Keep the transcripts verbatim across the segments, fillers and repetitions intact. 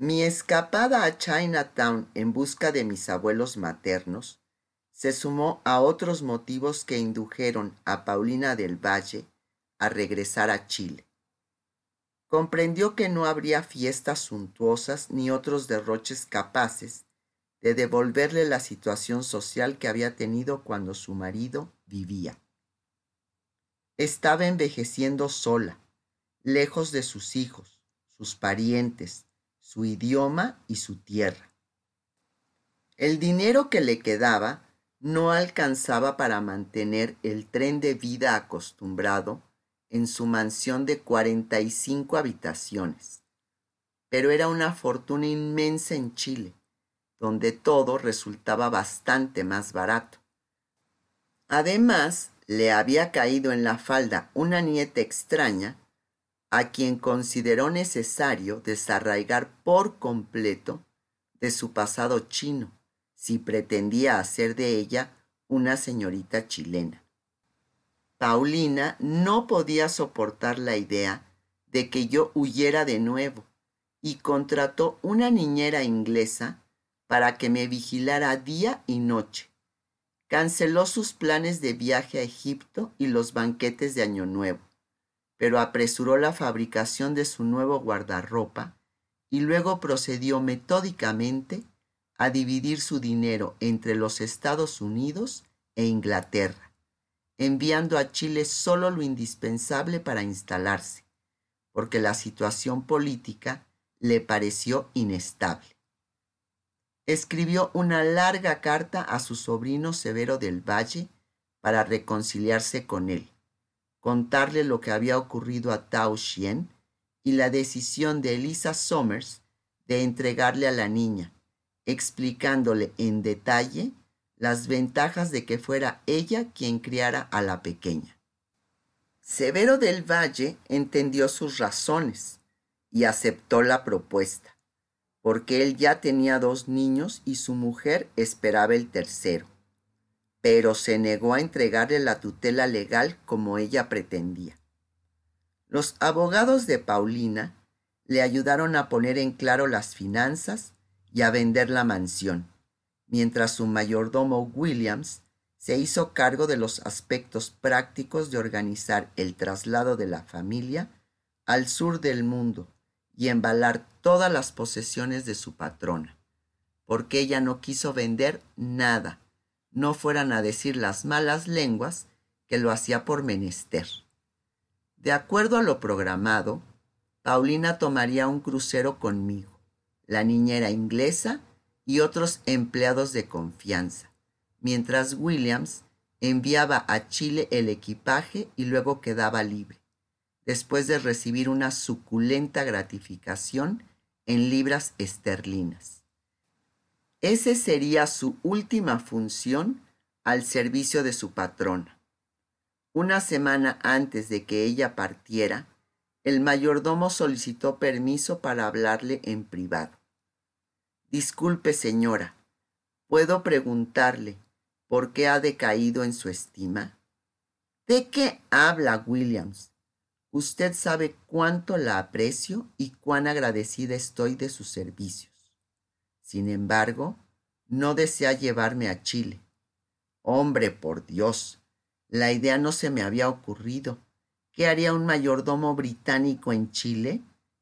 Mi escapada a Chinatown en busca de mis abuelos maternos se sumó a otros motivos que indujeron a Paulina del Valle a regresar a Chile. Comprendió que no habría fiestas suntuosas ni otros derroches capaces de devolverle la situación social que había tenido cuando su marido vivía. Estaba envejeciendo sola, lejos de sus hijos, sus parientes, su idioma y su tierra. El dinero que le quedaba no alcanzaba para mantener el tren de vida acostumbrado en su mansión de cuarenta y cinco habitaciones, pero era una fortuna inmensa en Chile, donde todo resultaba bastante más barato. Además, le había caído en la falda una nieta extraña a quien consideró necesario desarraigar por completo de su pasado chino si pretendía hacer de ella una señorita chilena. Paulina no podía soportar la idea de que yo huyera de nuevo y contrató una niñera inglesa para que me vigilara día y noche. Canceló sus planes de viaje a Egipto y los banquetes de Año Nuevo, pero apresuró la fabricación de su nuevo guardarropa y luego procedió metódicamente a dividir su dinero entre los Estados Unidos e Inglaterra, enviando a Chile solo lo indispensable para instalarse, porque la situación política le pareció inestable. Escribió una larga carta a su sobrino Severo del Valle para reconciliarse con él, contarle lo que había ocurrido a Tao Xien y la decisión de Elisa Somers de entregarle a la niña, explicándole en detalle las ventajas de que fuera ella quien criara a la pequeña. Severo del Valle entendió sus razones y aceptó la propuesta, porque él ya tenía dos niños y su mujer esperaba el tercero, pero se negó a entregarle la tutela legal como ella pretendía. Los abogados de Paulina le ayudaron a poner en claro las finanzas y a vender la mansión, mientras su mayordomo Williams se hizo cargo de los aspectos prácticos de organizar el traslado de la familia al sur del mundo y embalar todas las posesiones de su patrona, porque ella no quiso vender nada, no fueran a decir las malas lenguas que lo hacía por menester. De acuerdo a lo programado, Paulina tomaría un crucero conmigo, la niñera inglesa y otros empleados de confianza, mientras Williams enviaba a Chile el equipaje y luego quedaba libre, después de recibir una suculenta gratificación en libras esterlinas. Esa sería su última función al servicio de su patrona. Una semana antes de que ella partiera, el mayordomo solicitó permiso para hablarle en privado. Disculpe, señora, ¿puedo preguntarle por qué ha decaído en su estima? ¿De qué habla, Williams? Usted sabe cuánto la aprecio y cuán agradecida estoy de sus servicios. Sin embargo, no desea llevarme a Chile. Hombre, por Dios, la idea no se me había ocurrido. ¿Qué haría un mayordomo británico en Chile?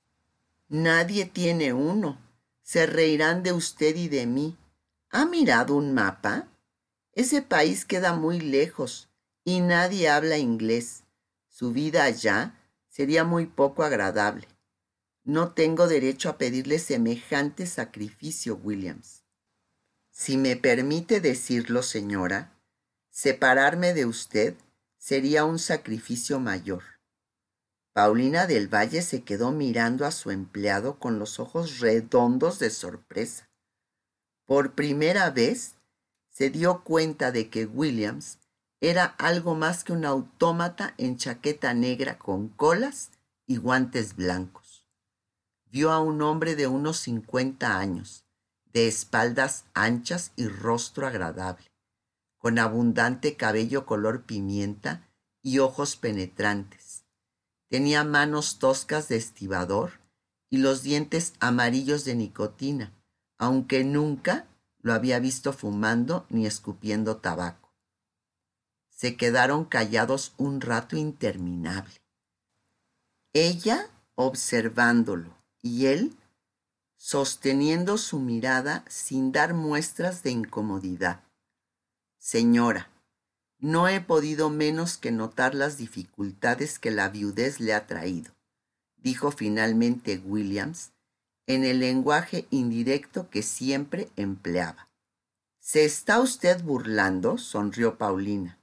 Nadie tiene uno. Se reirán de usted y de mí. ¿Ha mirado un mapa? Ese país queda muy lejos y nadie habla inglés. Su vida allá sería muy poco agradable. No tengo derecho a pedirle semejante sacrificio, Williams. Si me permite decirlo, señora, separarme de usted sería un sacrificio mayor. Paulina del Valle se quedó mirando a su empleado con los ojos redondos de sorpresa. Por primera vez se dio cuenta de que Williams era algo más que un autómata en chaqueta negra con colas y guantes blancos. Vio a un hombre de unos cincuenta años, de espaldas anchas y rostro agradable, con abundante cabello color pimienta y ojos penetrantes. Tenía manos toscas de estibador y los dientes amarillos de nicotina, aunque nunca lo había visto fumando ni escupiendo tabaco. Se quedaron callados un rato interminable. Ella observándolo y él sosteniendo su mirada sin dar muestras de incomodidad. Señora, no he podido menos que notar las dificultades que la viudez le ha traído, dijo finalmente Williams en el lenguaje indirecto que siempre empleaba. ¿Se está usted burlando?, sonrió Paulina.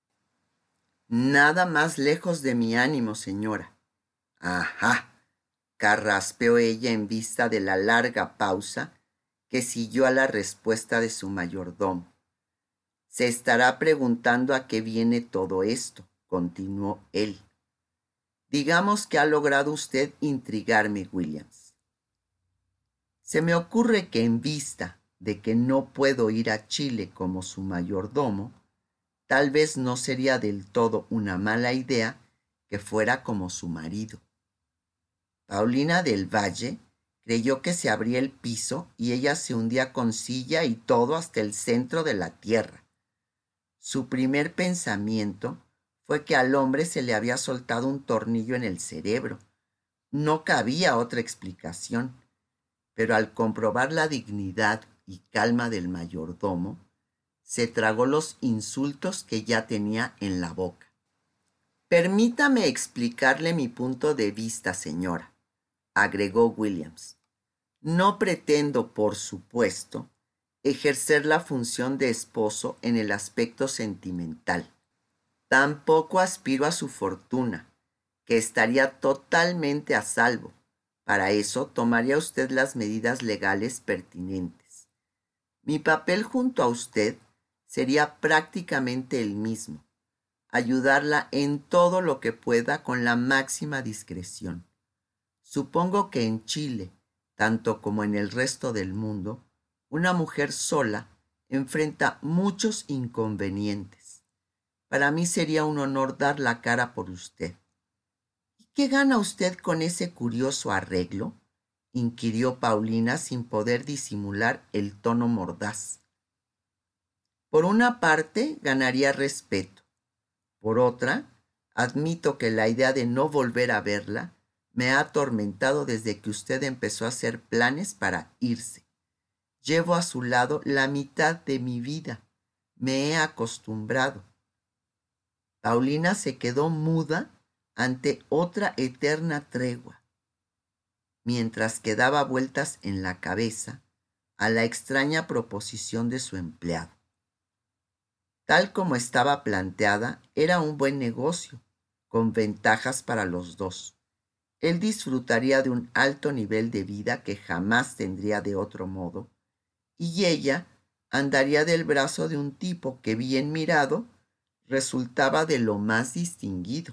Nada más lejos de mi ánimo, señora. Ajá, carraspeó ella en vista de la larga pausa que siguió a la respuesta de su mayordomo. Se estará preguntando a qué viene todo esto, continuó él. Digamos que ha logrado usted intrigarme, Williams. Se me ocurre que en vista de que no puedo ir a Chile como su mayordomo, tal vez no sería del todo una mala idea que fuera como su marido. Paulina del Valle creyó que se abría el piso y ella se hundía con silla y todo hasta el centro de la tierra. Su primer pensamiento fue que al hombre se le había soltado un tornillo en el cerebro. No cabía otra explicación, pero al comprobar la dignidad y calma del mayordomo, se tragó los insultos que ya tenía en la boca. Permítame explicarle mi punto de vista, señora, agregó Williams. No pretendo, por supuesto, ejercer la función de esposo en el aspecto sentimental. Tampoco aspiro a su fortuna, que estaría totalmente a salvo. Para eso tomaría usted las medidas legales pertinentes. Mi papel junto a usted sería prácticamente el mismo, ayudarla en todo lo que pueda con la máxima discreción. Supongo que en Chile, tanto como en el resto del mundo, una mujer sola enfrenta muchos inconvenientes. Para mí sería un honor dar la cara por usted. ¿Y qué gana usted con ese curioso arreglo?, inquirió Paulina sin poder disimular el tono mordaz. Por una parte, ganaría respeto. Por otra, admito que la idea de no volver a verla me ha atormentado desde que usted empezó a hacer planes para irse. Llevo a su lado la mitad de mi vida. Me he acostumbrado. Paulina se quedó muda ante otra eterna tregua, mientras que daba vueltas en la cabeza a la extraña proposición de su empleado. Tal como estaba planteada, era un buen negocio, con ventajas para los dos. Él disfrutaría de un alto nivel de vida que jamás tendría de otro modo, y ella andaría del brazo de un tipo que, bien mirado, resultaba de lo más distinguido.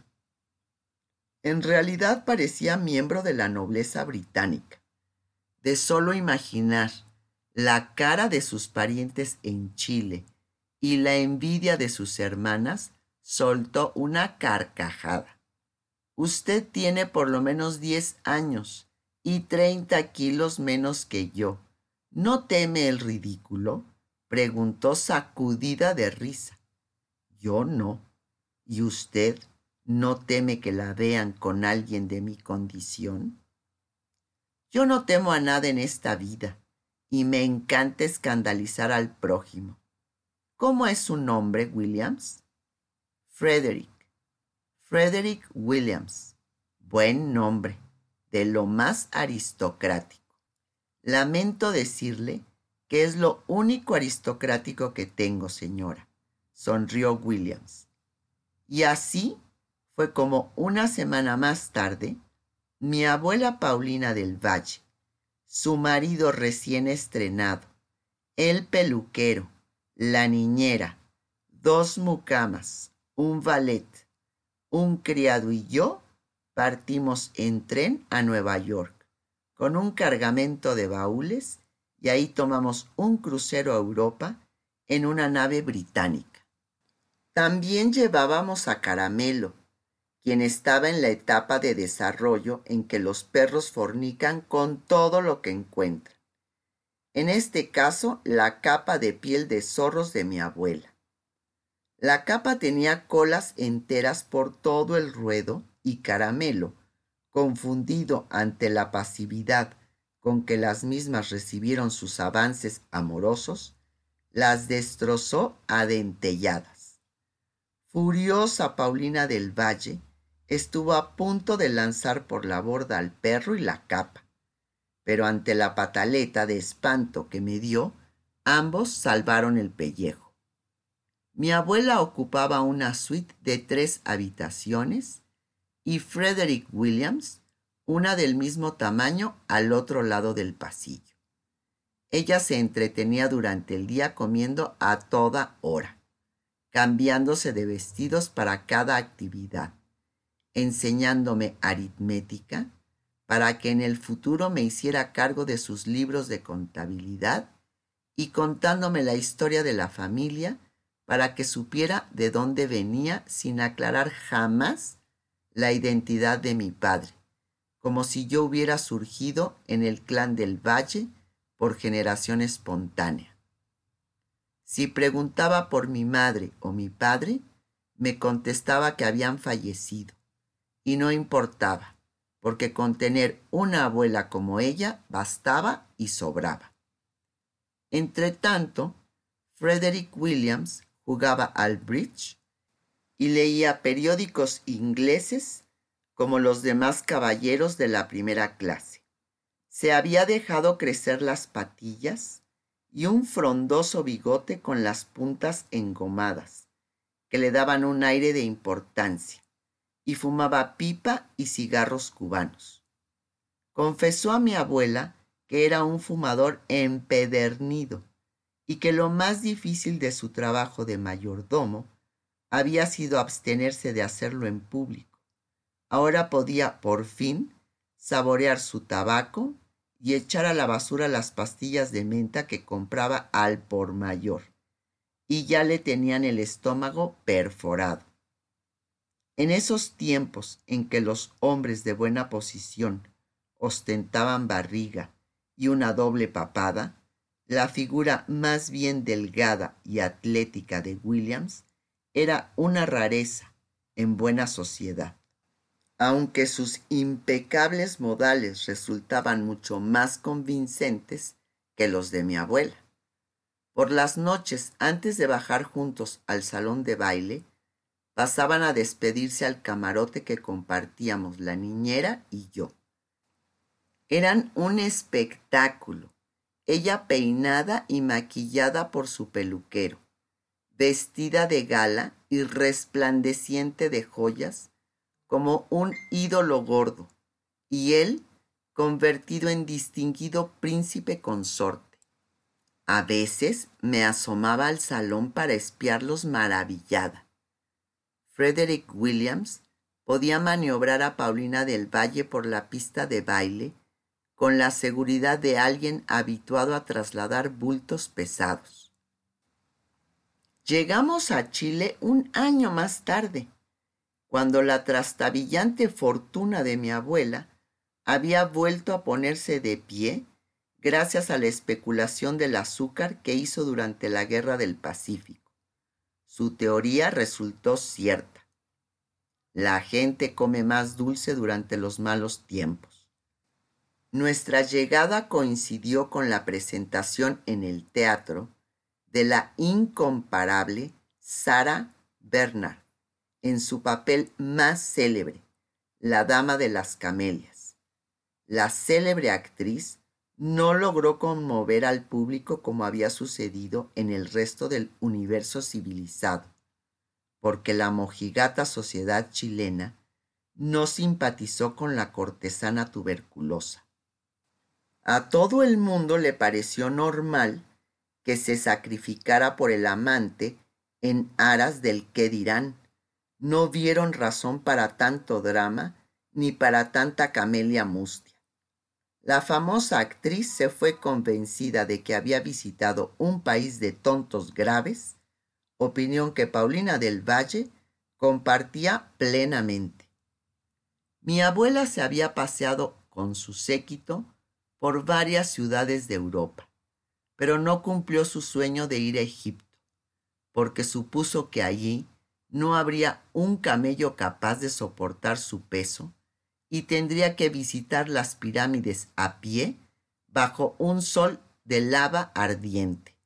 En realidad parecía miembro de la nobleza británica. De solo imaginar la cara de sus parientes en Chile y la envidia de sus hermanas, soltó una carcajada. Usted tiene por lo menos diez años y treinta kilos menos que yo. ¿No teme el ridículo?, preguntó sacudida de risa. Yo no. ¿Y usted no teme que la vean con alguien de mi condición? Yo no temo a nada en esta vida y me encanta escandalizar al prójimo. ¿Cómo es su nombre, Williams? Frederick. Frederick Williams. Buen nombre, de lo más aristocrático. Lamento decirle que es lo único aristocrático que tengo, señora, sonrió Williams. Y así fue como una semana más tarde, mi abuela Paulina del Valle, su marido recién estrenado, el peluquero, la niñera, dos mucamas, un valet, un criado y yo partimos en tren a Nueva York con un cargamento de baúles y ahí tomamos un crucero a Europa en una nave británica. También llevábamos a Caramelo, quien estaba en la etapa de desarrollo en que los perros fornican con todo lo que encuentran. En este caso, la capa de piel de zorros de mi abuela. La capa tenía colas enteras por todo el ruedo y Caramelo, confundido ante la pasividad con que las mismas recibieron sus avances amorosos, las destrozó a dentelladas. Furiosa Paulina del Valle estuvo a punto de lanzar por la borda al perro y la capa, pero ante la pataleta de espanto que me dio, ambos salvaron el pellejo. Mi abuela ocupaba una suite de tres habitaciones y Frederick Williams una del mismo tamaño al otro lado del pasillo. Ella se entretenía durante el día comiendo a toda hora, cambiándose de vestidos para cada actividad, enseñándome aritmética para que en el futuro me hiciera cargo de sus libros de contabilidad y contándome la historia de la familia para que supiera de dónde venía sin aclarar jamás la identidad de mi padre, como si yo hubiera surgido en el clan del Valle por generación espontánea. Si preguntaba por mi madre o mi padre, me contestaba que habían fallecido, y no importaba, porque con tener una abuela como ella bastaba y sobraba. Entretanto, Frederick Williams jugaba al bridge y leía periódicos ingleses como los demás caballeros de la primera clase. Se había dejado crecer las patillas y un frondoso bigote con las puntas engomadas, que le daban un aire de importancia, y fumaba pipa y cigarros cubanos. Confesó a mi abuela que era un fumador empedernido y que lo más difícil de su trabajo de mayordomo había sido abstenerse de hacerlo en público. Ahora podía, por fin, saborear su tabaco y echar a la basura las pastillas de menta que compraba al por mayor, y ya le tenían el estómago perforado. En esos tiempos en que los hombres de buena posición ostentaban barriga y una doble papada, la figura más bien delgada y atlética de Williams era una rareza en buena sociedad. Aunque sus impecables modales resultaban mucho más convincentes que los de mi abuela. Por las noches, antes de bajar juntos al salón de baile, pasaban a despedirse al camarote que compartíamos la niñera y yo. Eran un espectáculo, ella peinada y maquillada por su peluquero, vestida de gala y resplandeciente de joyas, como un ídolo gordo, y él convertido en distinguido príncipe consorte. A veces me asomaba al salón para espiarlos maravillada. Frederick Williams podía maniobrar a Paulina del Valle por la pista de baile con la seguridad de alguien habituado a trasladar bultos pesados. Llegamos a Chile un año más tarde, cuando la trastabillante fortuna de mi abuela había vuelto a ponerse de pie gracias a la especulación del azúcar que hizo durante la Guerra del Pacífico. Su teoría resultó cierta. La gente come más dulce durante los malos tiempos. Nuestra llegada coincidió con la presentación en el teatro de la incomparable Sarah Bernhardt en su papel más célebre, la Dama de las Camelias. La célebre actriz no logró conmover al público como había sucedido en el resto del universo civilizado, porque la mojigata sociedad chilena no simpatizó con la cortesana tuberculosa. A todo el mundo le pareció normal que se sacrificara por el amante en aras del qué dirán. No vieron razón para tanto drama ni para tanta camelia mustia. La famosa actriz se fue convencida de que había visitado un país de tontos graves, opinión que Paulina del Valle compartía plenamente. Mi abuela se había paseado con su séquito por varias ciudades de Europa, pero no cumplió su sueño de ir a Egipto, porque supuso que allí no habría un camello capaz de soportar su peso y tendría que visitar las pirámides a pie bajo un sol de lava ardiente.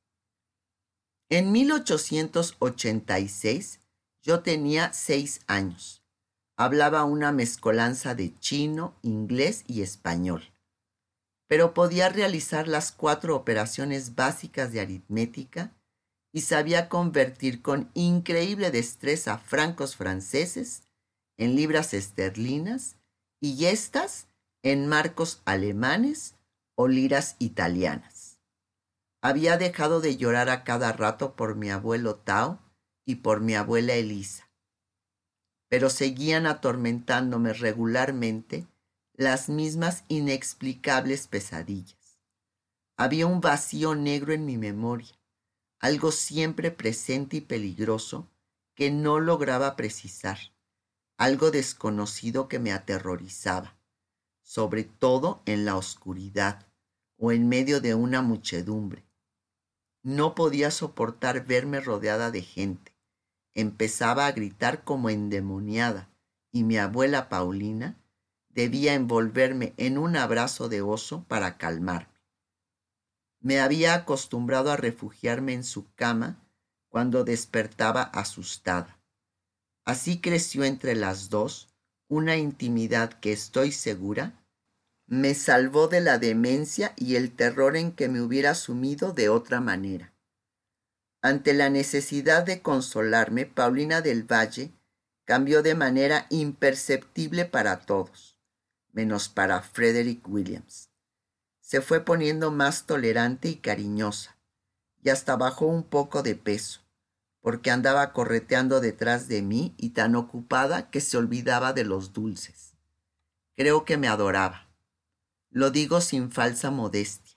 En mil ochocientos ochenta y seis yo tenía seis años. Hablaba una mezcolanza de chino, inglés y español, pero podía realizar las cuatro operaciones básicas de aritmética y sabía convertir con increíble destreza francos franceses en libras esterlinas y éstas en marcos alemanes o liras italianas. Había dejado de llorar a cada rato por mi abuelo Tao y por mi abuela Elisa, pero seguían atormentándome regularmente las mismas inexplicables pesadillas. Había un vacío negro en mi memoria, algo siempre presente y peligroso que no lograba precisar, algo desconocido que me aterrorizaba, sobre todo en la oscuridad o en medio de una muchedumbre. No podía soportar verme rodeada de gente. Empezaba a gritar como endemoniada y mi abuela Paulina debía envolverme en un abrazo de oso para calmarme. Me había acostumbrado a refugiarme en su cama cuando despertaba asustada. Así creció entre las dos una intimidad que, estoy segura, me salvó de la demencia y el terror en que me hubiera sumido de otra manera. Ante la necesidad de consolarme, Paulina del Valle cambió de manera imperceptible para todos, menos para Frederick Williams. Se fue poniendo más tolerante y cariñosa, y hasta bajó un poco de peso, porque andaba correteando detrás de mí y tan ocupada que se olvidaba de los dulces. Creo que me adoraba. Lo digo sin falsa modestia,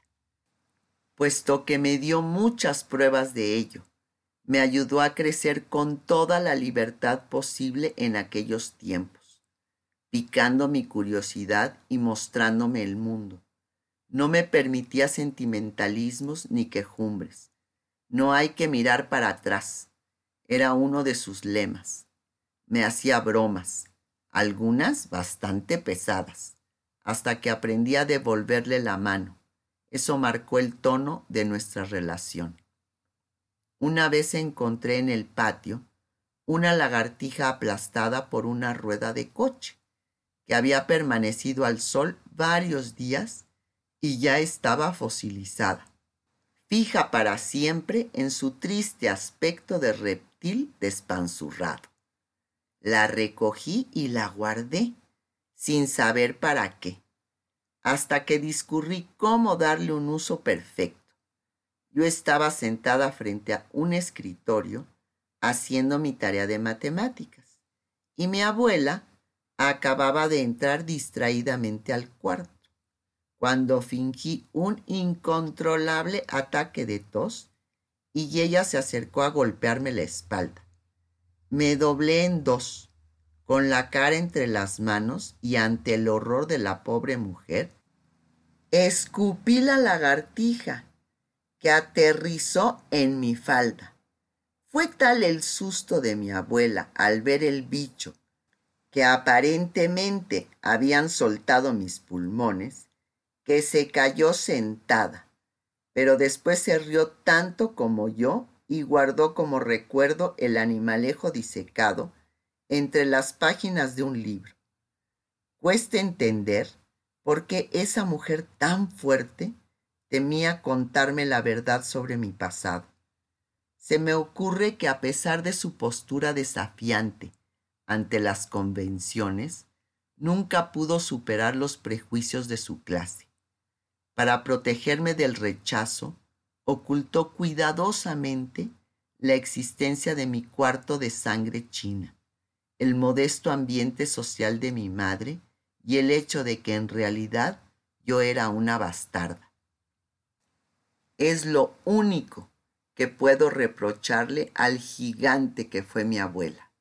puesto que me dio muchas pruebas de ello. Me ayudó a crecer con toda la libertad posible en aquellos tiempos, picando mi curiosidad y mostrándome el mundo. No me permitía sentimentalismos ni quejumbres. No hay que mirar para atrás. Era uno de sus lemas. Me hacía bromas, algunas bastante pesadas, hasta que aprendí a devolverle la mano. Eso marcó el tono de nuestra relación. Una vez encontré en el patio una lagartija aplastada por una rueda de coche, que había permanecido al sol varios días y ya estaba fosilizada, fija para siempre en su triste aspecto de reptil despanzurrado. La recogí y la guardé, sin saber para qué, hasta que discurrí cómo darle un uso perfecto. Yo estaba sentada frente a un escritorio haciendo mi tarea de matemáticas y mi abuela acababa de entrar distraídamente al cuarto, cuando fingí un incontrolable ataque de tos y ella se acercó a golpearme la espalda. Me doblé en dos, con la cara entre las manos, y ante el horror de la pobre mujer, escupí la lagartija, que aterrizó en mi falda. Fue tal el susto de mi abuela al ver el bicho, que aparentemente habían soltado mis pulmones, que se cayó sentada, pero después se rió tanto como yo y guardó como recuerdo el animalejo disecado entre las páginas de un libro. Cuesta entender por qué esa mujer tan fuerte temía contarme la verdad sobre mi pasado. Se me ocurre que, a pesar de su postura desafiante ante las convenciones, nunca pudo superar los prejuicios de su clase. Para protegerme del rechazo, ocultó cuidadosamente la existencia de mi cuarto de sangre china, el modesto ambiente social de mi madre y el hecho de que en realidad yo era una bastarda. Es lo único que puedo reprocharle al gigante que fue mi abuela.